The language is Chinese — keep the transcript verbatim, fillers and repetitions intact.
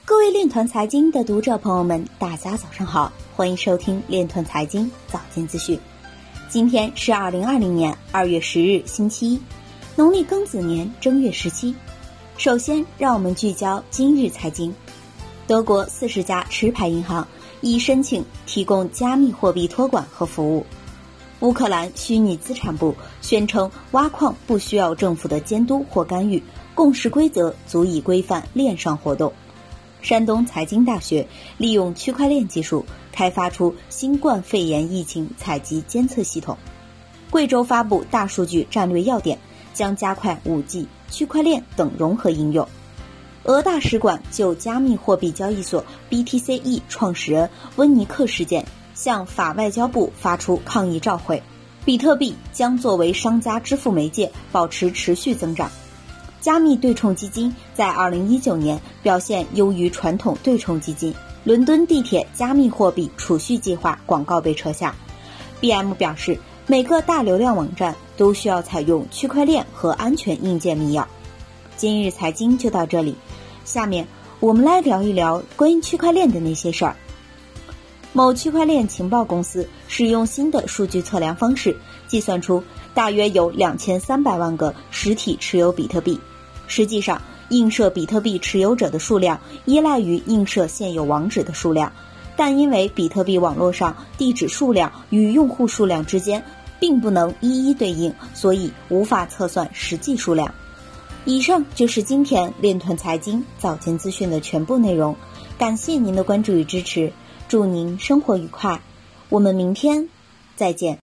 各位链团财经的读者朋友们，大家早上好，欢迎收听链团财经早间资讯。今天是二零二零年二月十日星期一，农历庚子年正月十七。首先让我们聚焦今日财经。德国四十家持牌银行已申请提供加密货币托管和服务。乌克兰虚拟资产部宣称挖矿不需要政府的监督或干预，共识规则足以规范链上活动。山东财经大学利用区块链技术开发出新冠肺炎疫情采集监测系统。贵州发布大数据战略要点，将加快 五 G、区块链等融合应用。俄大使馆就加密货币交易所 B T C E 创始人温尼克事件向法外交部发出抗议照会。比特币将作为商家支付媒介保持持续增长。加密对冲基金在二零一九年表现优于传统对冲基金。伦敦地铁加密货币储蓄计划广告被撤下。B M 表示，每个大流量网站都需要采用区块链和安全硬件密钥。今日财经就到这里，下面我们来聊一聊关于区块链的那些事儿。某区块链情报公司使用新的数据测量方式，计算出大约有两千三百万个实体持有比特币。实际上，映射比特币持有者的数量依赖于映射现有网址的数量，但因为比特币网络上地址数量与用户数量之间并不能一一对应，所以无法测算实际数量。以上就是今天链团财经早间资讯的全部内容，感谢您的关注与支持，祝您生活愉快，我们明天再见。